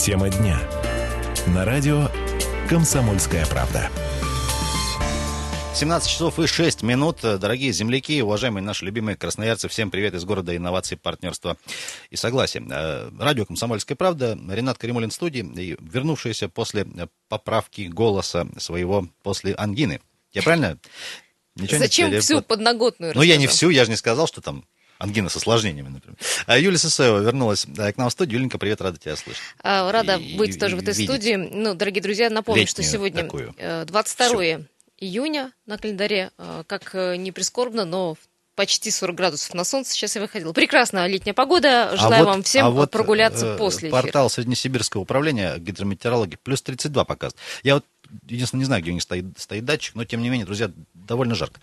Тема дня. На радио «Комсомольская правда». 17 часов и 6 минут. Дорогие земляки, уважаемые наши любимые красноярцы, всем привет из города инноваций, партнерства и согласия. Радио «Комсомольская правда», Ренат Каримуллин в студии, и вернувшийся после поправки голоса своего после ангины. Я правильно? Ничего Зачем не... всю подноготную рассказал? Ну, я не всю, я же не сказал, что там ангина с осложнениями, например. Юлия Сысоева вернулась к нам в студию. Юленька, привет, рада тебя слышать. Рада быть тоже в этой студии. Ну, дорогие друзья, напомню, что сегодня 22 июня на календаре, как ни прискорбно, но почти 40 градусов на солнце. Сейчас я выходила. Прекрасная летняя погода. Желаю вам всем прогуляться после эфира. Портал Среднесибирского управления гидрометеорологии плюс 32 показывает. Я вот единственное не знаю, где у них стоит датчик, но тем не менее, друзья, довольно жарко.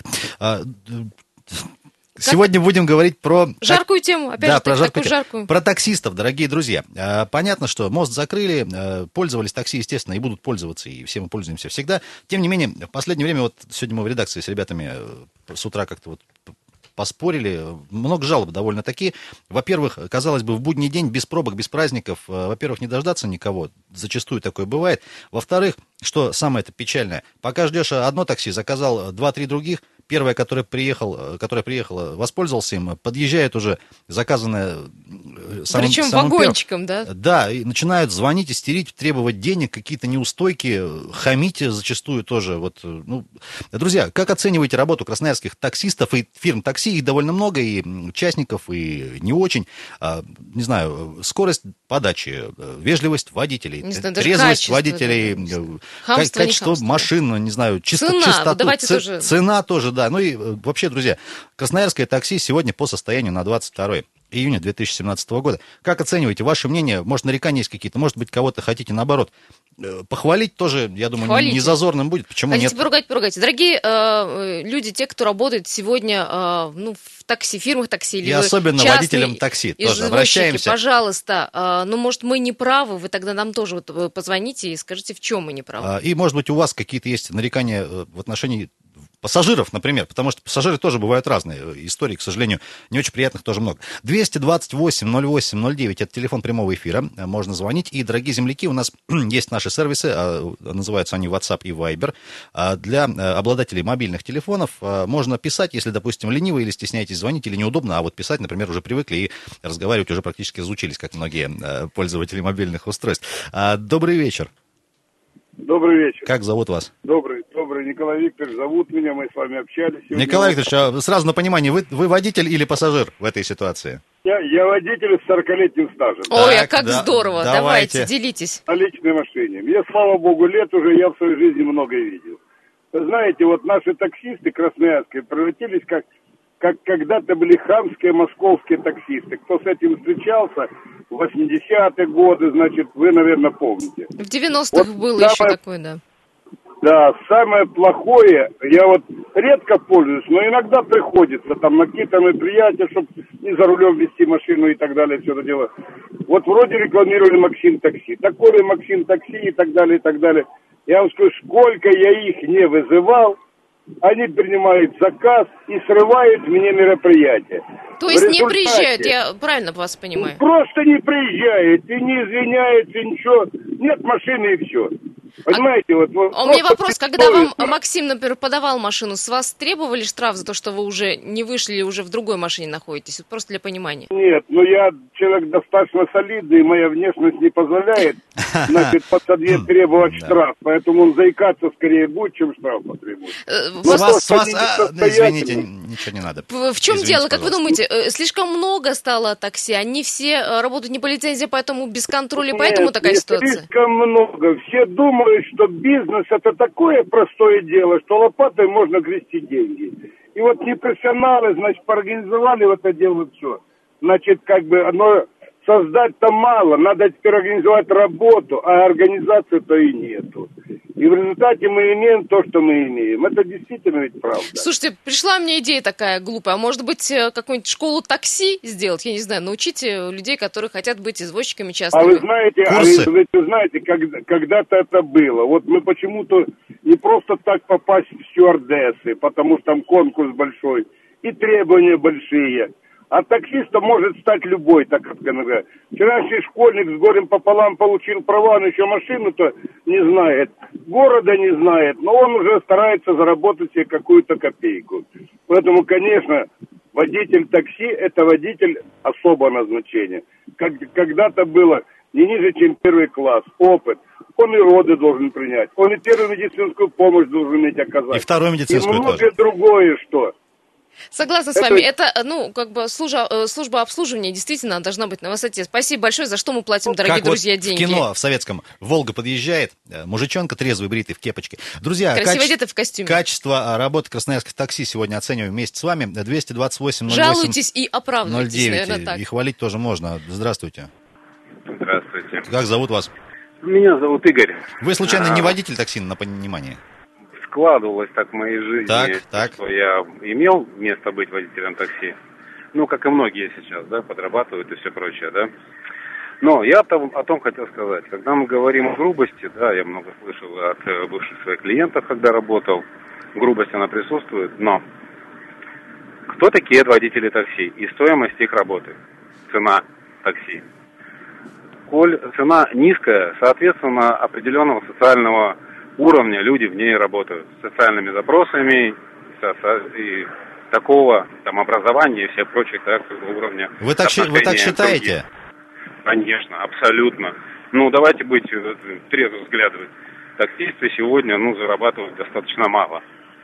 Сегодня будем говорить про... Жаркую тему, опять же, про такую жаркую. Про таксистов, дорогие друзья. Понятно, что мост закрыли, пользовались такси, естественно, и будут пользоваться, и все мы пользуемся всегда. Тем не менее, в последнее время, вот сегодня мы в редакции с ребятами с утра как-то вот поспорили, много жалоб довольно-таки. Во-первых, казалось бы, в будний день, без пробок, без праздников, во-первых, не дождаться никого, зачастую такое бывает. Во-вторых, что самое-то печальное, пока ждешь одно такси, заказал 2-3 других, первое, которое приехало, воспользовался им, подъезжает уже заказанное причем вагончиком, да? Да, и начинают звонить, истерить, требовать денег, какие-то неустойки, хамить зачастую тоже. Вот, ну, друзья, как оцениваете работу красноярских таксистов и фирм такси? Их довольно много, и участников, и не очень. Не знаю, скорость подачи, вежливость водителей, трезвость водителей, качество машин, не знаю, чистоту, цена тоже, да. Ну и вообще, друзья, красноярское такси сегодня по состоянию на 22 июня 2017 года. Как оцениваете? Ваше мнение? Может, нарекания есть какие-то? Может быть, кого-то хотите, наоборот, похвалить тоже, я думаю, не зазорным будет. Почему хотите нет? поругать. Дорогие люди, те, кто работает сегодня в такси, фирмах такси, или и особенно водителям такси тоже обращаемся. Пожалуйста, может, мы не правы, вы тогда нам тоже позвоните и скажите, в чем мы не правы. И, может быть, у вас какие-то есть нарекания в отношении пассажиров, например, потому что пассажиры тоже бывают разные. Историй, к сожалению, не очень приятных тоже много. 228-08-09, это телефон прямого эфира, можно звонить. И, дорогие земляки, у нас есть наши сервисы, называются они WhatsApp и Viber. Для обладателей мобильных телефонов можно писать, если, допустим, ленивы или стесняетесь звонить, или неудобно, а вот писать, например, уже привыкли и разговаривать уже практически разучились, как многие пользователи мобильных устройств. Добрый вечер. Добрый вечер. Как зовут вас? Добрый. Николай Викторович зовут меня, мы с вами общались. Николай Викторович, сразу на понимание, вы водитель или пассажир в этой ситуации? Я водитель с 40-летним стажем. Ой, а как здорово, давайте, делитесь. На личной машине. Мне, слава богу, лет уже, я в своей жизни многое видел. Вы знаете, вот наши таксисты красноярские превратились как когда-то были хамские московские таксисты. Кто с этим встречался в 80-е годы, значит, вы, наверное, помните. В 90-х вот было еще такое, да. Да, самое плохое, я вот редко пользуюсь, но иногда приходится там на какие-то мероприятия, чтобы не за рулем вести машину и так далее, все это дело. Вот вроде рекламировали Максим Такси, такой Максим Такси и так далее, и так далее. Я вам скажу, сколько я их не вызывал, они принимают заказ и срывают мне мероприятие. То есть не приезжают, я правильно вас понимаю? Просто не приезжают и не извиняются, ничего. Нет машины и все. Понимаете, вот у меня вопрос, когда вам Максим, например, подавал машину, с вас требовали штраф за то, что вы уже не вышли или уже в другой машине находитесь? Вот просто для понимания. Нет, я человек достаточно солидный, моя внешность не позволяет, значит, подсадить требовать штраф, поэтому он заикаться скорее будет, чем штраф потребует. Извините, ничего не надо. В чем дело, как вы думаете, слишком много стало такси, они все работают не по лицензии, поэтому без контроля, поэтому такая ситуация? Слишком много, все думают, что бизнес это такое простое дело, что лопатой можно грести деньги. И вот непрофессионалы, значит, поорганизовали вот это дело все. Значит, как бы оно создать-то мало, надо теперь организовать работу, а организации-то и нету. И в результате мы имеем то, что мы имеем. Это действительно ведь правда. Слушайте, пришла мне идея такая глупая. А может быть, какую-нибудь школу такси сделать? Я не знаю, научите людей, которые хотят быть извозчиками частными. А вы знаете, когда-то это было. Вот мы почему-то не просто так попасть в стюардессы, потому что там конкурс большой и требования большие. А таксистом может стать любой, так как говорят. Вчерашний школьник с горем пополам получил права, он еще машину-то не знает, города не знает, но он уже старается заработать себе какую-то копейку. Поэтому, конечно, водитель такси – это водитель особого назначения. Когда-то было не ниже, чем 1 класс, опыт. Он и роды должен принять, он и первую медицинскую помощь должен иметь оказать. И вторую медицинскую и многое тоже. Другое что. Согласна с вами. Это, служба обслуживания действительно должна быть на высоте. Спасибо большое, за что мы платим, дорогие друзья, деньги. В кино в советском Волга подъезжает, мужичонка трезвый, бритый, в кепочке. Друзья, красиво одетый в костюме. Качество работы красноярских такси сегодня оцениваем вместе с вами. 228 08 Жалуйтесь и оправдывайтесь, 09. наверное, так. И хвалить тоже можно. Здравствуйте. Здравствуйте. Как зовут вас? Меня зовут Игорь. Вы, случайно, не водитель такси, на понимание? Складывалось так в моей жизни, так. что я имел место быть водителем такси. Ну, как и многие сейчас, да, подрабатывают и все прочее, да. Но я о том хотел сказать. Когда мы говорим о грубости, да, я много слышал от бывших своих клиентов, когда работал. Грубость, она присутствует, но кто такие водители такси и стоимость их работы? Цена такси. Коль цена низкая, соответственно, определенного социального уровня люди в ней работают. С социальными запросами и такого там образования и всех прочих уровня. Вы так считаете? Конечно, абсолютно. Ну, давайте быть трезво взглядывать. Таксисты сегодня, зарабатывают достаточно мало.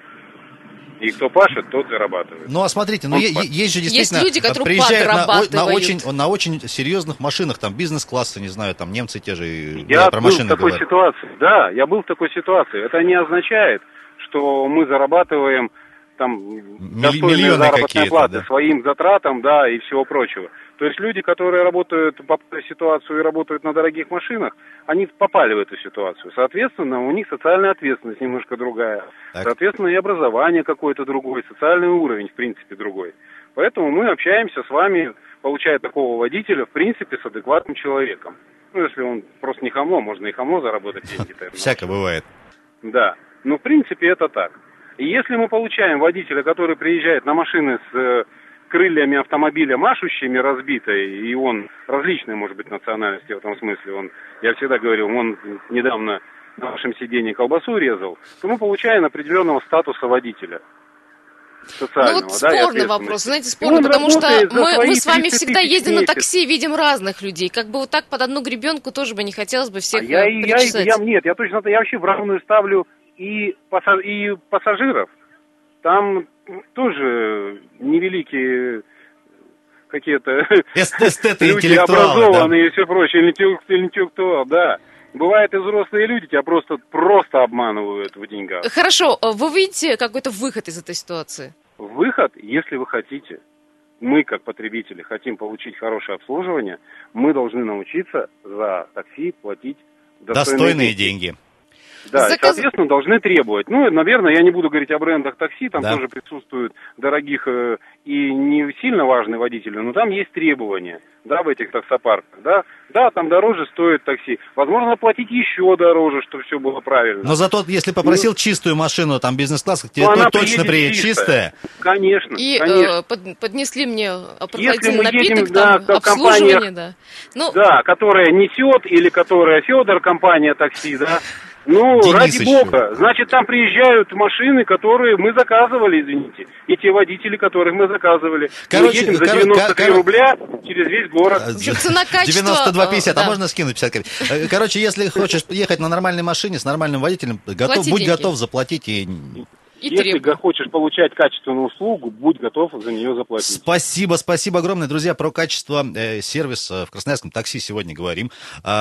И кто пашет, тот зарабатывает. Ну, а смотрите, есть же действительно... Есть люди, которые приезжают подрабатывают. на очень серьезных машинах, там, бизнес-классы, не знаю, там, немцы те же... Я был в такой ситуации, да, я был в такой ситуации. Это не означает, что мы зарабатываем там достойные заработные платы, да, своим затратам, да, и всего прочего. То есть люди, которые работают, попали в ситуацию и работают на дорогих машинах, они попали в эту ситуацию. Соответственно, у них социальная ответственность немножко другая. Так. Соответственно, и образование какое-то другое, социальный уровень, в принципе, другой. Поэтому мы общаемся с вами, получая такого водителя, в принципе, с адекватным человеком. Ну, если он просто не хамло, можно и хамло заработать деньги. Всякое бывает. Да, но в принципе это так. И если мы получаем водителя, который приезжает на машины с крыльями автомобиля, машущими, разбитой, и он различной, может быть, национальности в этом смысле, я всегда говорил, он недавно на вашем сиденье колбасу резал, то мы получаем определенного статуса водителя. Социального, вот спорный вопрос, знаете, спорный, потому что мы с вами всегда ездим на такси, видим разных людей. Как бы вот так под одну гребенку тоже бы не хотелось бы всех причесать. Я вообще в равную ставлю и пассажиров. Там тоже невеликие какие-то люди образованные, да, и все прочее, интеллектуалы, да. Бывает, и взрослые люди тебя просто обманывают в деньгах. Хорошо, вы видите какой-то выход из этой ситуации? Выход, если вы хотите. Мы, как потребители, хотим получить хорошее обслуживание, мы должны научиться за такси платить достойные деньги. Да, и, соответственно, должны требовать. Ну, наверное, я не буду говорить о брендах такси, там тоже присутствуют дорогих и не сильно важные водители, но там есть требования, да, в этих таксопарках, да. Да, там дороже стоит такси. Возможно, платить еще дороже, чтобы все было правильно. Но зато, если попросил чистую машину, там, бизнес-класс, тебе точно приедет чистая. Конечно, и конечно. Поднесли мне опрокладительный напиток, едем, там, обслуживание, да. Ну, да, которая несет, или которая Федор, компания такси, да. Ну, Денис ради бога. Значит, там приезжают машины, которые мы заказывали, извините. И те водители, которых мы заказывали. Короче, мы едем за 93 рубля через весь город. Цена-качество... 92,50, а можно скинуть 50 копеек? Короче, если хочешь ехать на нормальной машине с нормальным водителем, будь готов заплатить и... Если хочешь получать качественную услугу, будь готов за нее заплатить. Спасибо огромное, друзья. Про качество сервиса в красноярском такси сегодня говорим.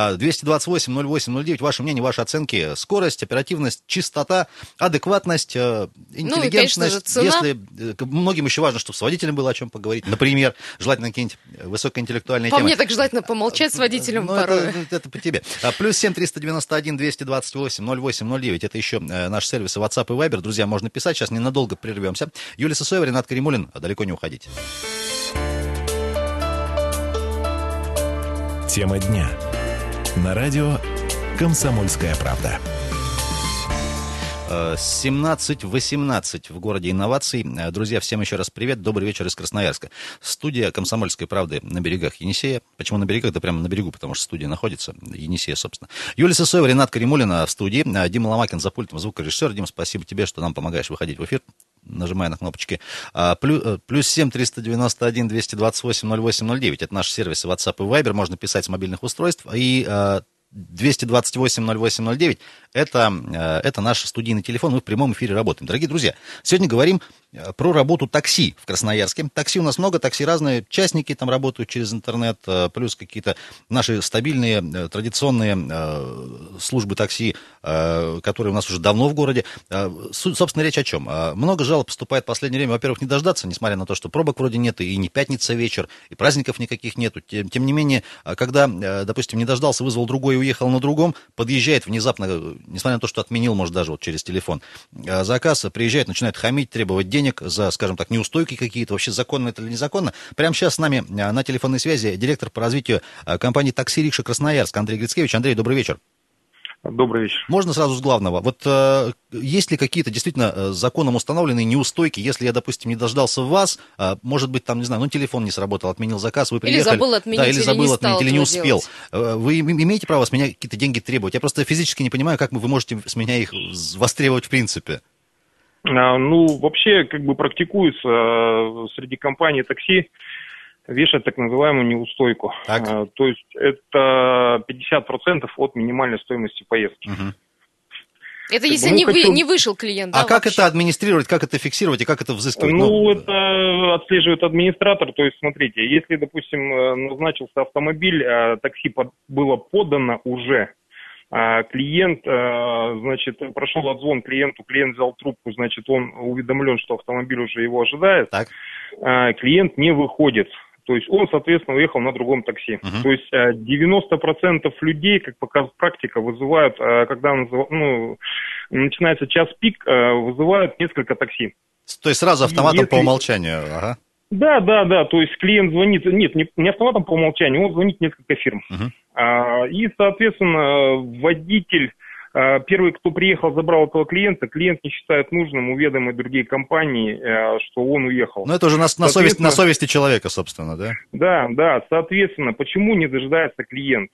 228-08-09. Ваше мнение, ваши оценки. Скорость, оперативность, чистота, адекватность, интеллигентность. Ну, и, конечно же, если многим еще важно, чтобы с водителем было о чем поговорить. Например, желательно какие-нибудь высокоинтеллектуальные темы. По мне так желательно помолчать с водителем порой. Это по тебе. +7 391 228 08 09. Это еще наш сервис WhatsApp и Viber. Друзья, можно писать. Сейчас ненадолго прервемся. Юлия Сысоева, Ренат Каримулин. Далеко не уходите. Тема дня. На радио «Комсомольская правда». 17:18 в городе инноваций. Друзья, всем еще раз привет. Добрый вечер из Красноярска. Студия «Комсомольской правды» на берегах Енисея. Почему на берегах? Да прямо на берегу, потому что студия находится. Енисея, собственно. Юлия Сысоева, Ренат Каримуллина в студии. Дима Ломакин за пультом, звукорежиссер. Дима, спасибо тебе, что нам помогаешь выходить в эфир, нажимая на кнопочки. +7 391 228 08 09. Это наши сервисы WhatsApp и Viber. Можно писать с мобильных устройств. И 228 08 09 это наш студийный телефон, мы в прямом эфире работаем. Дорогие друзья, сегодня говорим про работу такси в Красноярске. Такси у нас много, такси разные, частники там работают через интернет, плюс какие-то наши стабильные, традиционные службы такси, которые у нас уже давно в городе. Собственно, речь о чем? Много жалоб поступает в последнее время, во-первых, не дождаться, несмотря на то, что пробок вроде нет, и не пятница вечер, и праздников никаких нету. Тем не менее, когда, допустим, не дождался, вызвал другой и уехал на другом, подъезжает внезапно, несмотря на то, что отменил, может, даже вот через телефон заказ, приезжает, начинает хамить, требовать денег за, скажем так, неустойки какие-то, вообще законно это или незаконно. Прямо сейчас с нами на телефонной связи директор по развитию компании «Такси Рикша Красноярск» Андрей Грицкевич. Андрей, добрый вечер. Добрый вечер. Можно сразу с главного. Вот есть ли какие-то действительно законом установленные неустойки, если я, допустим, не дождался вас, может быть, там, не знаю, телефон не сработал, отменил заказ, вы приехали. Или забыл отменить, или забыл отменить, или не успел. Делать. Вы имеете право с меня какие-то деньги требовать? Я просто физически не понимаю, как вы можете с меня их востребовать в принципе. Вообще, практикуется среди компаний такси вешать так называемую неустойку. Так. То есть это 50% от минимальной стоимости поездки. Угу. Это если не вышел клиент, да? А как это администрировать, как это фиксировать и как это взыскивать? Это отслеживает администратор. То есть, смотрите, если, допустим, назначился автомобиль, такси было подано уже, клиент, прошел отзвон клиенту, клиент взял трубку, он уведомлен, что автомобиль уже его ожидает, так. Клиент не выходит. То есть он, соответственно, уехал на другом такси. Uh-huh. То есть 90% людей, как показывает практика, вызывают, когда начинается час пик, вызывают несколько такси. То есть сразу автоматом по умолчанию? Ага. Да. То есть клиент звонит, нет, не автоматом по умолчанию, он звонит в несколько фирм. Uh-huh. И, соответственно, водитель, первый, кто приехал, забрал этого клиента, клиент не считает нужным уведомить другие компании, что он уехал. Это уже на совести человека, собственно, да? Да, соответственно, почему не дожидается клиент?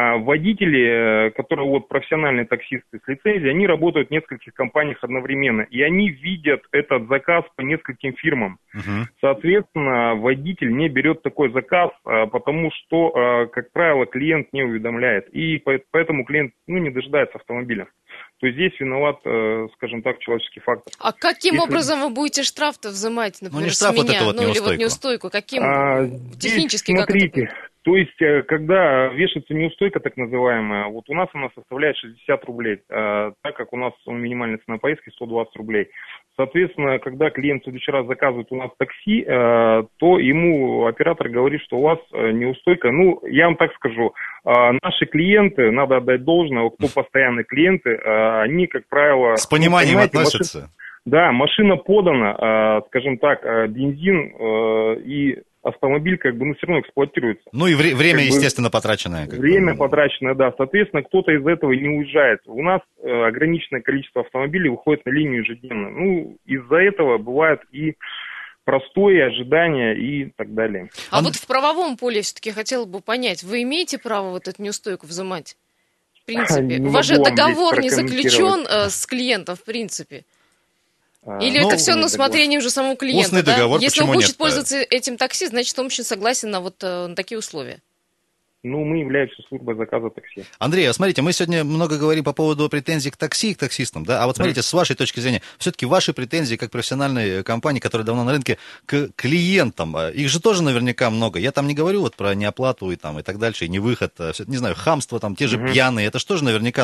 Водители, которые профессиональные таксисты с лицензией, они работают в нескольких компаниях одновременно, и они видят этот заказ по нескольким фирмам. Uh-huh. Соответственно, водитель не берет такой заказ, потому что, как правило, клиент не уведомляет, и поэтому клиент не дожидается автомобиля. То есть здесь виноват, скажем так, человеческий фактор. А каким образом вы будете штраф-то взимать, например, не штраф, с меня? Или неустойку? Каким технически? Смотрите, как это? То есть, когда вешается неустойка, так называемая, у нас она составляет 60 рублей, так как у нас минимальная цена поездки 120 рублей. Соответственно, когда клиент в следующий раз заказывает у нас такси, то ему оператор говорит, что у вас неустойка. Я вам так скажу, наши клиенты, надо отдать должное, кто постоянные клиенты, они, как правило... С пониманием относятся. Машина подана, скажем так, бензин и... автомобиль все равно эксплуатируется. И время, естественно, потраченное. Время потраченное, да. Соответственно, кто-то из этого не уезжает. У нас ограниченное количество автомобилей выходит на линию ежедневно. Из-за этого бывает и простое ожидание и так далее. А вот в правовом поле все-таки хотела бы понять, вы имеете право эту неустойку взимать? В принципе, у вас же договор не заключен с клиентом, в принципе. Или это все на усмотрение уже самого клиента, устный договор, Если он хочет нет? Пользоваться этим такси, значит, он очень согласен на такие условия. Мы являемся службой заказа такси. Андрей, смотрите, мы сегодня много говорим по поводу претензий к такси и к таксистам, да? А вот смотрите, с вашей точки зрения, все-таки ваши претензии как профессиональной компании, которая давно на рынке, к клиентам, их же тоже наверняка много. Я там не говорю про неоплату и так дальше, и невыход, не знаю, хамство, те же пьяные, это же тоже наверняка,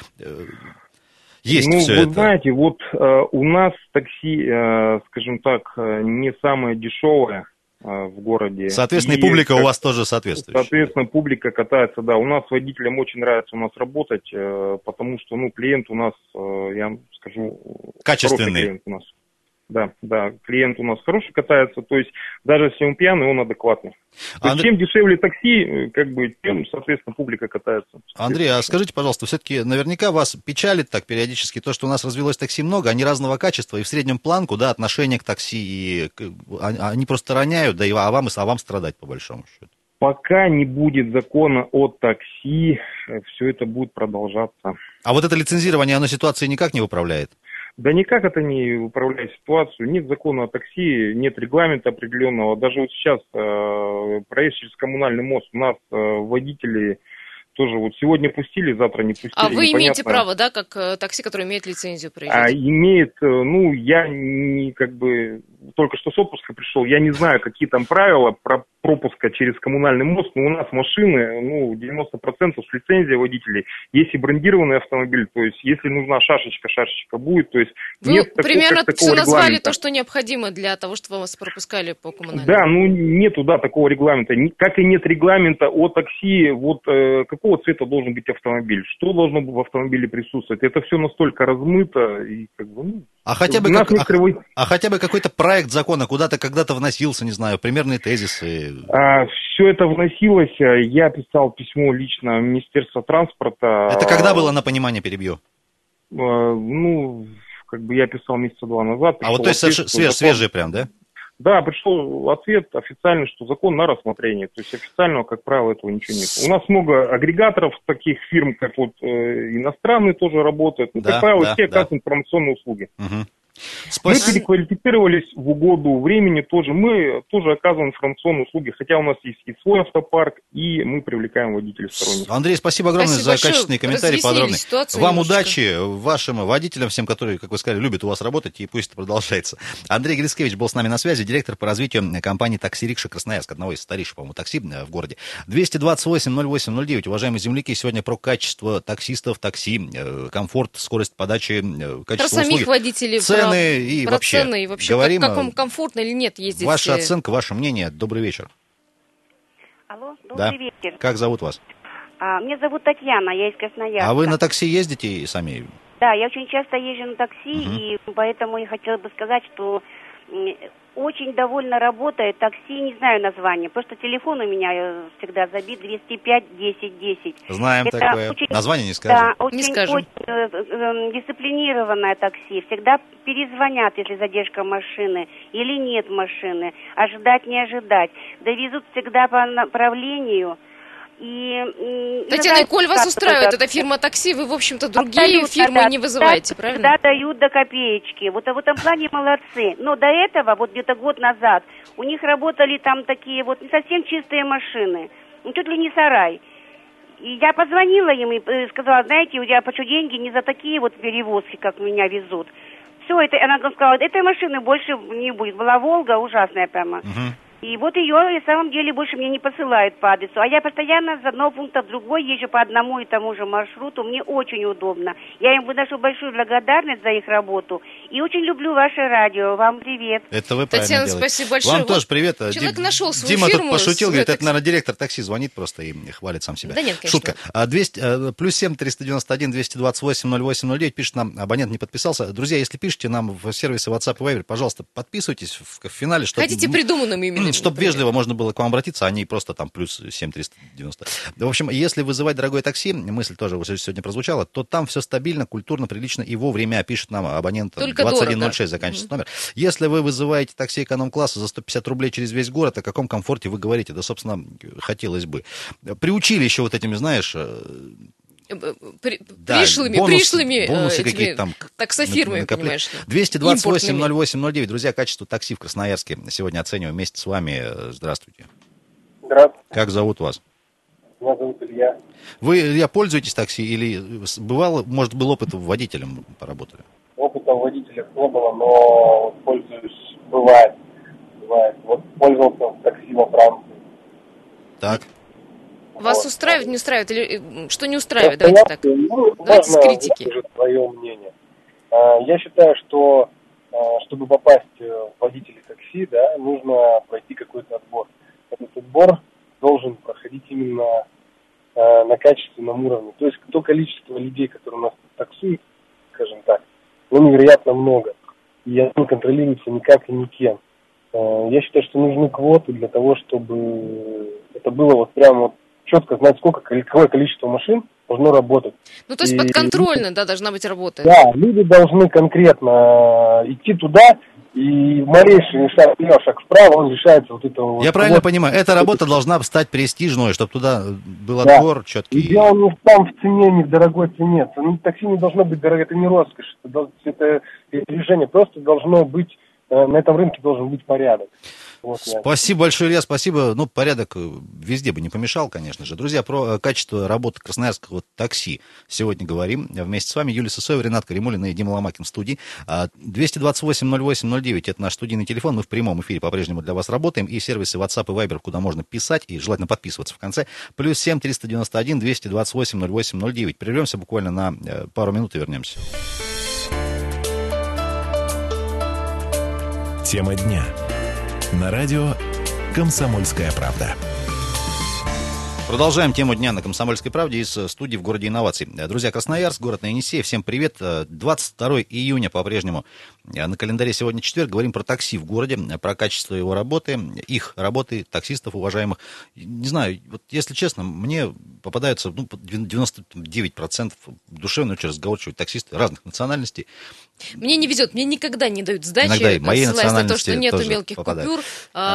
есть все это. Вы знаете, у нас такси, скажем так, не самое дешевое в городе. Соответственно, и публика у вас тоже соответствующая. Соответственно, публика катается, да. У нас водителям очень нравится у нас работать, потому что, клиент у нас, я вам скажу... Качественный. Клиент у нас. Да, клиент у нас хороший катается, то есть даже если он пьяный, он адекватный. Чем дешевле такси, тем, соответственно, публика катается. Андрей, а скажите, пожалуйста, все-таки наверняка вас печалит так периодически то, что у нас развелось такси много, они разного качества, и в среднем планку, да, отношение к такси, и они просто роняют, да, а вам страдать, по большому счету. Пока не будет закона о такси, все это будет продолжаться. А вот это лицензирование, оно ситуации никак не выправляет? Да никак это не управляет ситуацию. Нет закона о такси, нет регламента определенного. Даже вот сейчас проезд через коммунальный мост, у нас водители тоже вот сегодня пустили, завтра не пустили. А вы имеете право, да, как такси, которое имеет лицензию проезжать? Имеет, я только что с отпуска пришел, я не знаю, какие там правила про пропуска через коммунальный мост, но у нас машины, 90% с лицензией водителей, есть и брендированный автомобиль, то есть если нужна шашечка будет, то есть вы нет примерно такого все назвали регламента. То, что необходимо для того, чтобы вас пропускали по коммунальному. Да, нету, такого регламента, как и нет регламента о такси, какого цвета должен быть автомобиль, что должно в автомобиле присутствовать, это все настолько размыто и А хотя бы какой-то проект закона куда-то когда-то вносился, не знаю, примерные тезисы. Все это вносилось. Я писал письмо лично в Министерство транспорта. Это когда было, на понимание перебью? Я писал месяца 2 назад. А вот то есть свежий прям, да? Да, пришел ответ официальный, что закон на рассмотрение. То есть официального, как правило, этого ничего нет. У нас много агрегаторов таких фирм, как иностранные тоже работают. Как правило, все оказывают информационные услуги. Угу. Мы переквалифицировались в угоду времени тоже. Мы тоже оказываем информационные услуги, хотя у нас есть и свой автопарк, и мы привлекаем водителей сторонних. Андрей, спасибо огромное за качественные комментарии, подробные. Вам немножко. Удачи, вашим водителям, всем, которые, как вы сказали, любят у вас работать, и пусть это продолжается. Андрей Грицкевич был с нами на связи, директор по развитию компании «Такси Рикша Красноярск», одного из старейших, по-моему, такси в городе. 228-08-09. Уважаемые земляки, сегодня про качество таксистов, такси, комфорт, скорость подачи, качество услуги. Самих водителей, цены и вообще. Цены, и вообще говорим, как вам комфортно или нет ездить? Ваша оценка, ваше мнение. Добрый вечер. Алло, добрый вечер. Как зовут вас? Меня зовут Татьяна, я из Красноярска. А вы на такси ездите сами? Да, я очень часто езжу на такси, и поэтому я хотела бы сказать, что очень довольно работает такси, не знаю название, просто телефон у меня всегда забит 205-10-10. Знаем это такое. Очень, название не скажем. Да, очень дисциплинированное такси. Всегда перезвонят, если задержка машины или нет машины. Ожидать, не ожидать. Довезут всегда по направлению. Татьяна, коль вас устраивает эта фирма такси, вы, в общем-то, другие фирмы не вызываете, правильно? Да, дают до копеечки. В этом плане молодцы. Но до этого, где-то год назад, у них работали там такие не совсем чистые машины. Чуть ли не сарай. И я позвонила им и сказала, знаете, я плачу деньги не за такие перевозки, как меня везут. Все это, она сказала, этой машины больше не будет. Была «Волга», ужасная прямо. И ее, на самом деле, больше мне не посылают по адресу. А я постоянно с одного пункта в другой езжу по одному и тому же маршруту. Мне очень удобно. Я им выношу большую благодарность за их работу. И очень люблю ваше радио. Вам привет. Это вы правильно Татьяна, делаете. спасибо большое. Вам тоже привет. Человек нашел свою Дима фирму. Дима тут пошутил, говорит, это, наверное, директор такси звонит просто и хвалит сам себя. Да нет, конечно. Шутка. +7 391 228 0809 пишет нам, абонент не подписался. Друзья, если пишете нам в сервисе WhatsApp и Viber, пожалуйста, подписывайтесь в финале. Хотите придуманным именем. Чтобы вежливо можно было к вам обратиться, а не просто там +7 390. В общем, если вызывать дорогое такси, мысль тоже сегодня прозвучала, то там все стабильно, культурно, прилично и вовремя, пишет нам абонент. Только 2106 заканчивается номер. Если вы вызываете такси эконом-класса за 150 рублей через весь город, о каком комфорте вы говорите? Да, собственно, хотелось бы. Приучили еще этими, знаешь... пришлыми бонусы какие-то там. Таксофирмы, понимаешь. 228-08-09. Друзья, качество такси в Красноярске сегодня оцениваем вместе с вами. Здравствуйте. Здравствуйте. Как зовут вас? Меня зовут Илья. Вы, Илья, пользуетесь такси или может, был опыт водителем поработали? Опыта водителя не было, но пользуюсь, бывает. Пользовался такси во Франции. Так. Вас устраивает, не устраивает? Или что не устраивает? Давайте так. Давайте с критики. Свое мнение. Я считаю, что чтобы попасть в водителей такси, нужно пройти какой-то отбор. Этот отбор должен проходить именно на качественном уровне. То есть то количество людей, которые у нас таксуют, скажем так, невероятно много. и оно не контролируется никак и никем. Я считаю, что нужны квоты для того, чтобы это было вот прямо вот четко знать, какое количество машин должно работать. Ну, то есть подконтрольно, да, должна быть работа. Да, люди должны конкретно идти туда, и малейший шаг влево, шаг вправо, он решается вот этого. Я правильно понимаю, эта работа должна стать престижной, чтобы туда был отбор четкий. И дело не там в цене, не в дорогой цене. Такси не должно быть дорого, это не роскошь, это движение, просто должно быть, на этом рынке должен быть порядок. Вот, спасибо большое, Илья, спасибо. Ну, порядок везде бы не помешал, конечно же. Друзья, про качество работы красноярского такси сегодня говорим. Вместе с вами Юлия Сысоева, Ренат Каримуллин и Дима Ломакин в студии. 228-08-09, это наш студийный телефон. Мы в прямом эфире по-прежнему для вас работаем. И сервисы WhatsApp и Viber, куда можно писать, и желательно подписываться в конце. +7 391 228 08 09. Прервемся буквально на пару минут и вернемся. Тема дня. На радио «Комсомольская правда». Продолжаем тему дня на «Комсомольской правде» из студии в городе инноваций. Друзья, Красноярск, город на Енисее. Всем привет. 22 июня по-прежнему. На календаре сегодня четверг. Говорим про такси в городе, про качество его работы, их работы, таксистов уважаемых. Не знаю, вот если честно, мне попадаются 99% душевные, очень разговорчивые таксисты разных национальностей. Мне не везет, мне никогда не дают сдачи, иногда и моей ссылаясь на то, национальности что нету тоже мелких попадают. купюр.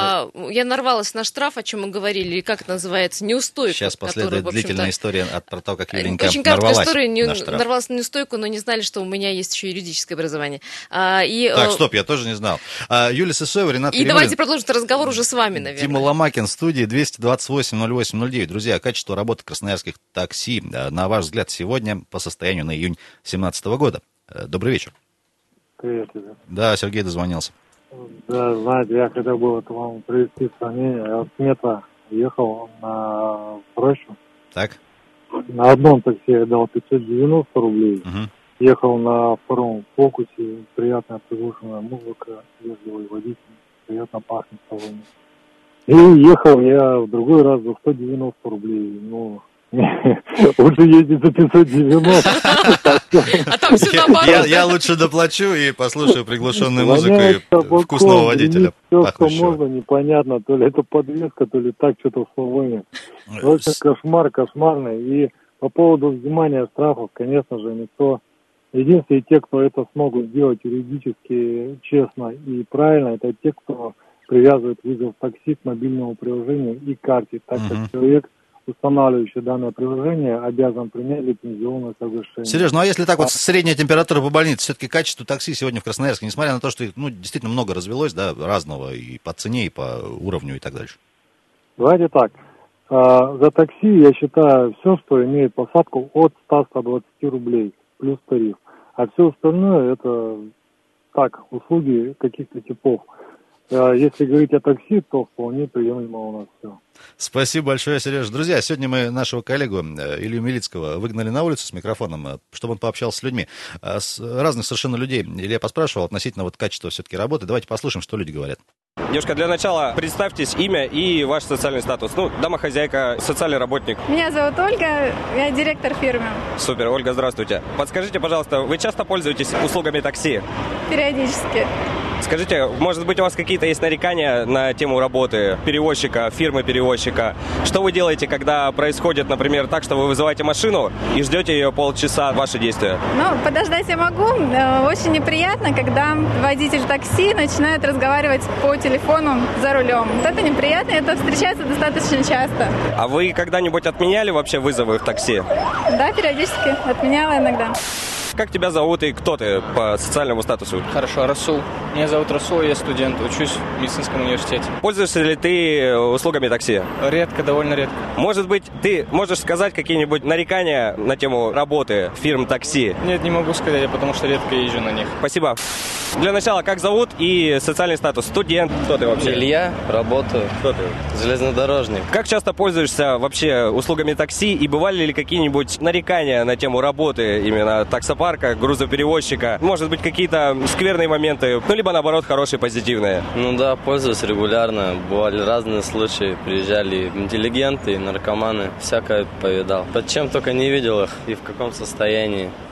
Я нарвалась на штраф, о чем мы говорили, или как это называется, неустойку. Сейчас последует длительная история про то, как Юленька очень нарвалась короткая история, на штраф. нарвалась на неустойку, но не знали, что у меня есть еще юридическое образование. Так, стоп, я тоже не знал. Юлия Сысоева, Ренат Каримуллин. И давайте продолжим разговор уже с вами, наверное. Дима Ломакин в студии, 228-08-09. Друзья, качество работы красноярских такси, на ваш взгляд, сегодня по состоянию на июнь 2017 года. Добрый вечер. Привет тебе. Да, Сергей дозвонился. Да, знаете, я хотел бы вам привести сравнение. Я с метро ехал на Рощу. Так. На одном такси я дал 590 рублей. Угу. Ехал на втором фокусе, приятная приглушенная музыка, вежливый водитель, приятно пахнет салоне. И ехал я в другой раз за 190 рублей. Ну, лучше ездить за 590. А там все наоборот. Я лучше доплачу и послушаю приглушенную музыку и вкусного водителя. Все, что можно, непонятно. То ли это подвеска, то ли так что-то в салоне. Вообще кошмар кошмарный. И по поводу взимания штрафов, конечно же, никто... Единственные те, кто это смогут сделать юридически честно и правильно, это те, кто привязывает вызов такси к мобильному приложению и карте, так как человек, устанавливающий данное приложение, обязан принять лицензионное соглашение. Сереж, ну а если так вот средняя температура по больнице, все-таки качество такси сегодня в Красноярске, несмотря на то, что действительно много развелось, да, разного и по цене, и по уровню и так дальше? Давайте так. За такси, я считаю, все, что имеет посадку от 100-120 рублей, плюс тариф. А все остальное это так, услуги каких-то типов. Если говорить о такси, то вполне приемлемо у нас все. Спасибо большое, Сереж. Друзья, сегодня мы нашего коллегу Илью Милицкого выгнали на улицу с микрофоном, чтобы он пообщался с людьми. С разных совершенно людей Илья поспрашивал относительно вот качества все-таки работы. Давайте послушаем, что люди говорят. Девушка, для начала представьтесь, имя и ваш социальный статус. Ну, домохозяйка, социальный работник. Меня зовут Ольга, я директор фирмы. Супер, Ольга, здравствуйте. Подскажите, пожалуйста, вы часто пользуетесь услугами такси? Периодически. Скажите, может быть, у вас какие-то есть нарекания на тему работы перевозчика, фирмы перевозчика? Что вы делаете, когда происходит, например, так, что вы вызываете машину и ждете ее полчаса, ваши действия? Ну, подождать я могу. Очень неприятно, когда водитель такси начинает разговаривать по телефону за рулем. Вот это неприятно, это встречается достаточно часто. А вы когда-нибудь отменяли вообще вызовы в такси? Да, периодически. Отменяла иногда. Как тебя зовут и кто ты по социальному статусу? Хорошо, Расул. Меня зовут Расул, я студент, учусь в медицинском университете. Пользуешься ли ты услугами такси? Редко, довольно редко. Может быть, ты можешь сказать какие-нибудь нарекания на тему работы фирм такси? Нет, не могу сказать, потому что редко езжу на них. Спасибо. Для начала, как зовут и социальный статус? Студент. Кто ты вообще? Илья, работаю. Кто ты? Железнодорожник. Как часто пользуешься вообще услугами такси и бывали ли какие-нибудь нарекания на тему работы именно таксопарка, грузоперевозчика? Может быть, какие-то скверные моменты, ну, либо наоборот, хорошие, позитивные? Ну да, пользуюсь регулярно. Бывали разные случаи. Приезжали интеллигенты, наркоманы. Всякое повидал. Под чем только не видел их и в каком состоянии.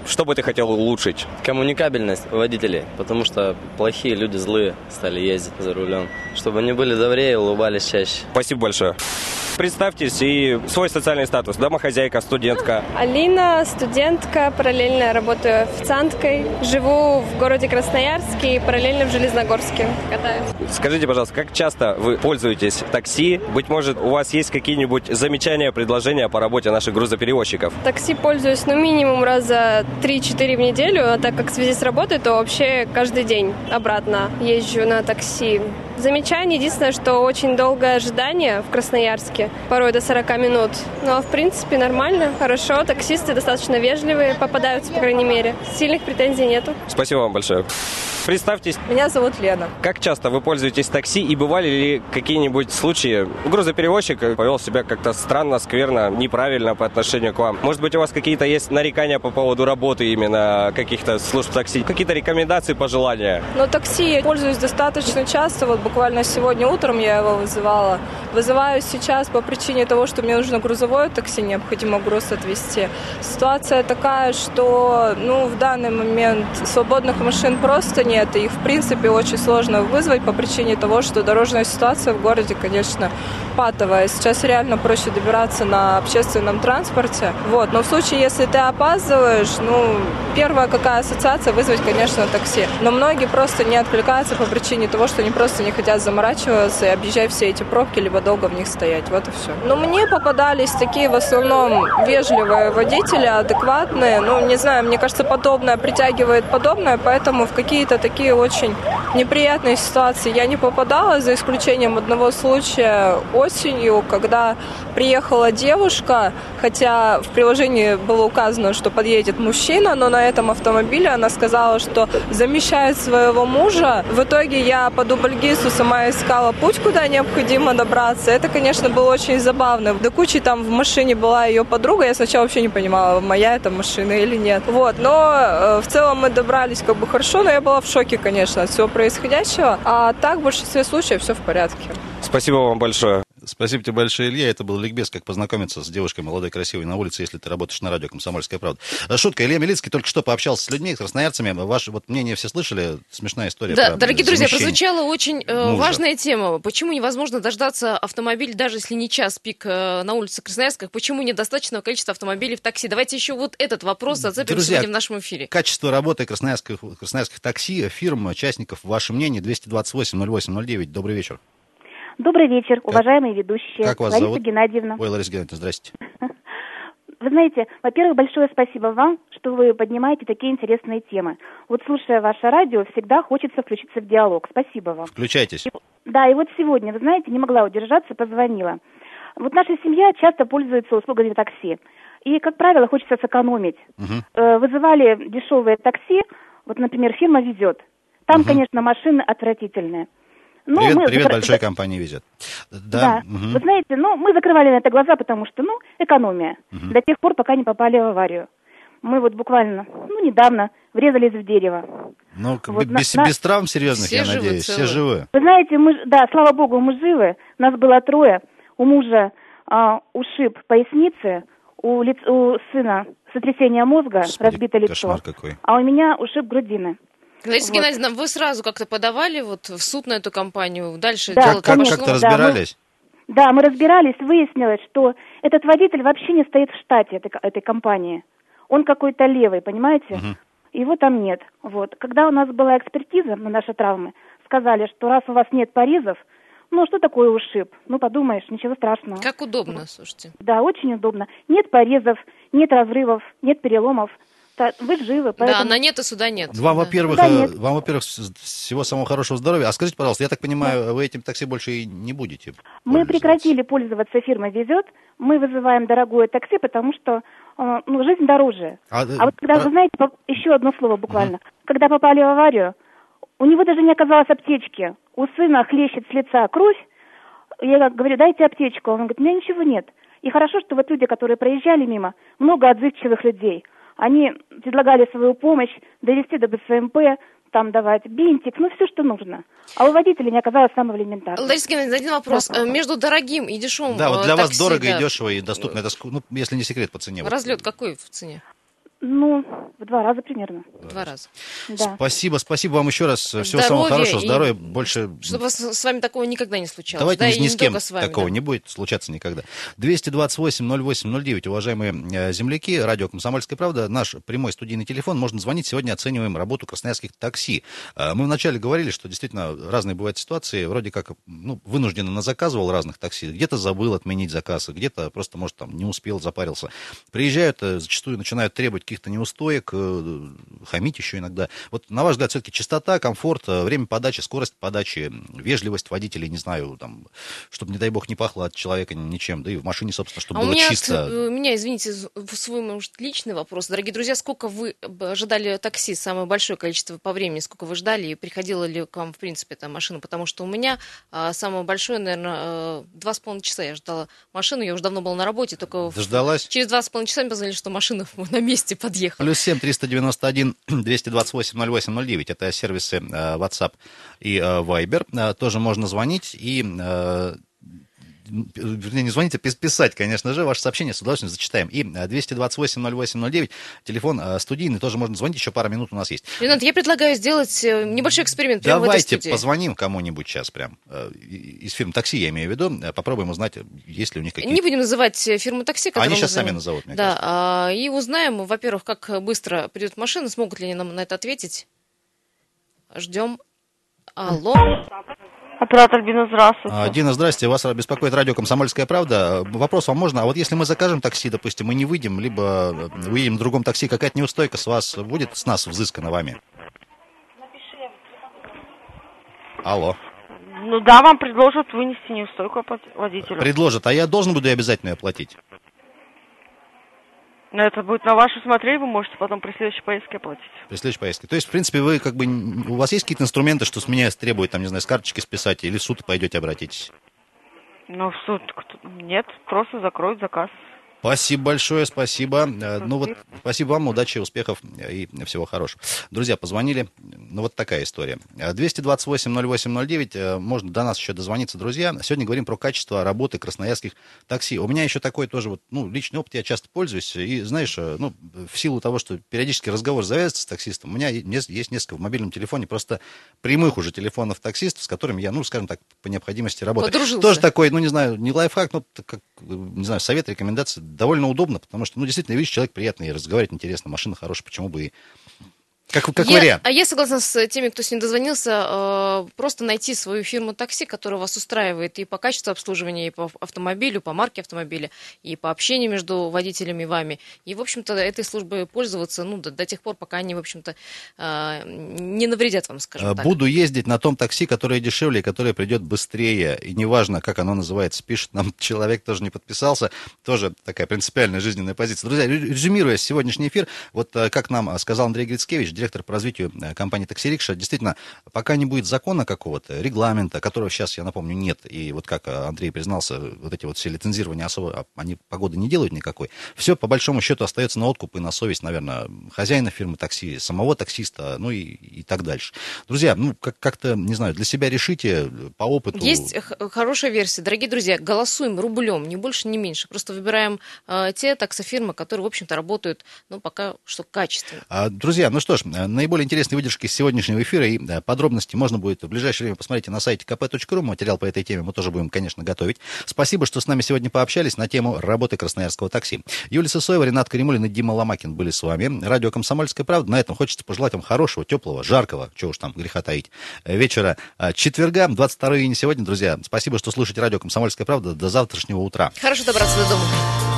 Что бы ты хотел улучшить? Коммуникабельность водителей, потому что плохие люди, злые, стали ездить за рулем. Чтобы они были добрее и улыбались чаще. Спасибо большое. Представьтесь и свой социальный статус. Домохозяйка, студентка. Алина, студентка, параллельно работаю официанткой. Живу в городе Красноярске и параллельно в Железногорске катаюсь. Скажите, пожалуйста, как часто вы пользуетесь такси? Быть может, у вас есть какие-нибудь замечания, предложения по работе наших грузоперевозчиков? Такси пользуюсь, минимум раза 3-4 в неделю, а так как в связи с работой, то вообще каждый день обратно езжу на такси. Замечание единственное, что очень долгое ожидание в Красноярске, порой до 40 минут. Но, в принципе, нормально, хорошо. Таксисты достаточно вежливые, попадаются, по крайней мере. Сильных претензий нету. Спасибо вам большое. Представьтесь. Меня зовут Лена. Как часто вы пользуетесь такси и бывали ли какие-нибудь случаи? Грузоперевозчик повел себя как-то странно, скверно, неправильно по отношению к вам. Может быть, у вас какие-то есть нарекания по поводу работы именно каких-то служб такси? Какие-то рекомендации, пожелания? Но такси я пользуюсь достаточно часто. Вот буквально сегодня утром я его вызывала. Вызываю сейчас по причине того, что мне нужно грузовое такси, необходимо груз отвезти. Ситуация такая, что в данный момент свободных машин просто нет. И их, в принципе, очень сложно вызвать по причине того, что дорожная ситуация в городе, конечно, патовая. Сейчас реально проще добираться на общественном транспорте. Но в случае, если ты опаздываешь, первая какая ассоциация — вызвать, конечно, такси. Но многие просто не откликаются по причине того, что они просто не хотят заморачиваться и объезжать все эти пробки, либо долго в них стоять. Вот и все. Но мне попадались такие в основном вежливые водители, адекватные. Не знаю, мне кажется, подобное притягивает подобное, поэтому в какие-то такие очень неприятные ситуации я не попадала, за исключением одного случая осенью, когда приехала девушка, хотя в приложении было указано, что подъедет мужчина, но на этом автомобиле она сказала, что замещает своего мужа. В итоге я по дубльгису сама искала путь, куда необходимо добраться. Это, конечно, было очень забавно. До кучи там в машине была ее подруга, я сначала вообще не понимала, моя это машина или нет. Но в целом мы добрались хорошо, но я была в шоке, конечно, от всего происходящего. А так в большинстве случаев все в порядке. Спасибо вам большое. Спасибо тебе большое, Илья. Это был ликбез, как познакомиться с девушкой молодой, красивой на улице, если ты работаешь на радио «Комсомольская правда». Шутка. Илья Милицкий только что пообщался с людьми, с красноярцами. Ваше мнение все слышали? Смешная история. Да, дорогие друзья, прозвучала очень важная тема. Почему невозможно дождаться автомобиля, даже если не час пик на улице Красноярска? Почему недостаточного количества автомобилей в такси? Давайте еще этот вопрос зацепим сегодня в нашем эфире. Качество работы красноярских такси, фирм, участников. Ваше мнение? 228-08-09. Добрый вечер. Добрый вечер, уважаемые ведущие. Как вас Лариса зовут? Геннадьевна. Ой, Лариса Геннадьевна, здрасте. Вы знаете, во-первых, большое спасибо вам, что вы поднимаете такие интересные темы. Слушая ваше радио, всегда хочется включиться в диалог. Спасибо вам. Включайтесь. Да, и сегодня, вы знаете, не могла удержаться, позвонила. Наша семья часто пользуется услугами такси. И, как правило, хочется сэкономить. Вызывали дешевые такси, например, фирма «Везет». Там, конечно, машины отвратительные. Привет большой компании «Везет». Да. Вы знаете, мы закрывали на это глаза, потому что, экономия. До тех пор, пока не попали в аварию. Мы буквально, недавно врезались в дерево. Без травм серьезных, я надеюсь, все живы. Вы знаете, слава богу, мы живы. Нас было 3. У мужа ушиб поясницы, у сына сотрясение мозга, разбито лицо. Кошмар какой. А у меня ушиб грудины. Лариса Геннадьевна, вы сразу как-то подавали в суд на эту компанию? Дальше дело-то пошло? Как-то разбирались? Да, мы разбирались, выяснилось, что этот водитель вообще не стоит в штате этой компании. Он какой-то левый, понимаете? Его там нет. Когда у нас была экспертиза на наши травмы, сказали, что раз у вас нет порезов, что такое ушиб? Подумаешь, ничего страшного. Как удобно, слушайте. Да, очень удобно. Нет порезов, нет разрывов, нет переломов. Вы живы, поэтому... Да, на нет и суда нет. Вам, во-первых, всего самого хорошего здоровья. А скажите, пожалуйста, я так понимаю, вы этим такси больше и не будете? Мы прекратили пользоваться фирмой «Везет». Мы вызываем дорогое такси, потому что жизнь дороже. Когда, вы знаете, еще одно слово буквально. Когда попали в аварию, у него даже не оказалось аптечки. У сына хлещет с лица кровь. Я говорю, дайте аптечку. Он говорит, у меня ничего нет. И хорошо, что люди, которые проезжали мимо, много отзывчивых людей. Они предлагали свою помощь довести до БСМП, давать бинтик, все, что нужно. А у водителя не оказалось самого элементарного. Лариса Геннадьевна, один вопрос. Между дорогим и дешевым для такси, вас дорого и дешево, и доступно, это, если не секрет, по цене. Разлет какой в цене? Ну, в 2 раза примерно. В 2 раза. Да. Спасибо вам еще раз. Всего самого хорошего, здоровья, больше... Чтобы с вами такого никогда не случалось. Давайте да, ни с кем вами, такого не будет случаться никогда. 228-08-09, уважаемые земляки, радио «Комсомольская правда», наш прямой студийный телефон, можно звонить. Сегодня оцениваем работу красноярских такси. Мы вначале говорили, что действительно разные бывают ситуации, вроде как вынужденно заказывал разных такси, где-то забыл отменить заказ, где-то просто, может, там не успел, запарился. Приезжают, зачастую начинают требовать каких-то неустоек, хамить еще иногда. Вот, на ваш взгляд, все-таки частота, комфорт, время подачи, скорость подачи, вежливость водителей, не знаю, там, чтобы, не дай бог, не пахло от человека ничем, да и в машине, собственно, чтобы было чисто. У меня, извините, свой, может, личный вопрос. Дорогие друзья, сколько вы ожидали такси, самое большое количество по времени, сколько вы ждали, и приходила ли к вам, в принципе, эта машина? Потому что у меня самое большое, наверное, 2,5 часа я ждала машину, я уже давно была на работе, только через 2,5 часа мне позвонили, что машина на месте подъехала. +7 391 228 08 09. Это сервисы WhatsApp и Viber. Тоже можно звонить и... Вернее, не звоните, писать, конечно же, ваше сообщение с удовольствием зачитаем. И 228-08-09, телефон студийный, тоже можно звонить, еще пара минут у нас есть. Ренат, я предлагаю сделать небольшой эксперимент прямо в этой студии. Давайте позвоним кому-нибудь сейчас прям, из фирм такси, я имею в виду, попробуем узнать, есть ли у них какие-то... Не будем называть фирму такси, они сейчас сами назовут, мне кажется. Да, и узнаем, во-первых, как быстро придет машина, смогут ли они нам на это ответить. Ждем. Алло. Оператор Дина, здравствуйте. Дина, здрасте. Вас беспокоит радио «Комсомольская правда». Вопрос вам можно? А вот если мы закажем такси, допустим, мы не выйдем, либо уедем в другом такси, какая-то неустойка с вас будет, с нас взыскана вами? Алло. Ну да, вам предложат вынести неустойку водителю. Предложат, а я должен буду обязательно ее платить? Но это будет на ваше усмотрение, вы можете потом при следующей поездке оплатить. При следующей поездке. То есть, в принципе, вы как бы... У вас есть какие-то инструменты, что с меня требует, там, не знаю, с карточки списать, или в суд пойдете, обратитесь? Ну, в суд нет, просто закроют заказ. Спасибо большое, спасибо. Ну вот, спасибо вам, удачи, успехов и всего хорошего. Друзья, позвонили, ну вот такая история. 228-08-09, можно до нас еще дозвониться, друзья. Сегодня говорим про качество работы красноярских такси. У меня еще такой тоже вот, личный опыт, я часто пользуюсь. И знаешь, в силу того, что периодически разговор завязывается с таксистом, у меня есть несколько в мобильном телефоне просто прямых уже телефонов таксистов, с которыми я, скажем так, по необходимости работаю. Подружился. Тоже такой, не знаю, не лайфхак, но как, не знаю, совет, рекомендации. Довольно удобно, потому что, действительно, видишь, человек приятный, разговаривать интересно, машина хорошая, почему бы и... Как вариант. А я согласна с теми, кто с ним дозвонился, просто найти свою фирму такси, которая вас устраивает и по качеству обслуживания, и по автомобилю, по марке автомобиля, и по общению между водителями и вами. И, в общем-то, этой службой пользоваться, до тех пор, пока они, в общем-то, не навредят вам, скажем так. Буду ездить на том такси, которое дешевле, и которое придет быстрее. И неважно, как оно называется, пишет нам человек, тоже не подписался. Тоже такая принципиальная жизненная позиция. Друзья, резюмируя сегодняшний эфир, вот как нам сказал Андрей Грицкевич, директор по развитию компании «Такси Рикша», действительно, пока не будет закона какого-то, регламента, которого сейчас, я напомню, нет, и вот как Андрей признался, вот эти вот все лицензирования особо, они погоды не делают никакой, все по большому счету остается на откуп и на совесть, наверное, хозяина фирмы такси, самого таксиста, и так дальше. Друзья, как-то, не знаю, для себя решите по опыту. Есть хорошая версия. Дорогие друзья, голосуем рублем, ни больше, ни меньше. Просто выбираем те таксофирмы, которые, в общем-то, работают, пока что качественно. Друзья, что ж, наиболее интересные выдержки из сегодняшнего эфира и подробности можно будет в ближайшее время посмотреть на сайте kp.ru. Материал по этой теме мы тоже будем, конечно, готовить. Спасибо, что с нами сегодня пообщались на тему работы красноярского такси. Юлия Сысоева, Ренат Каримулин и Дима Ломакин были с вами. Радио «Комсомольская правда». На этом хочется пожелать вам хорошего, теплого, жаркого, чего уж там греха таить, вечера четверга, 22 июня сегодня, друзья. Спасибо, что слушаете радио «Комсомольская правда». До завтрашнего утра. Хорошо добраться до дома.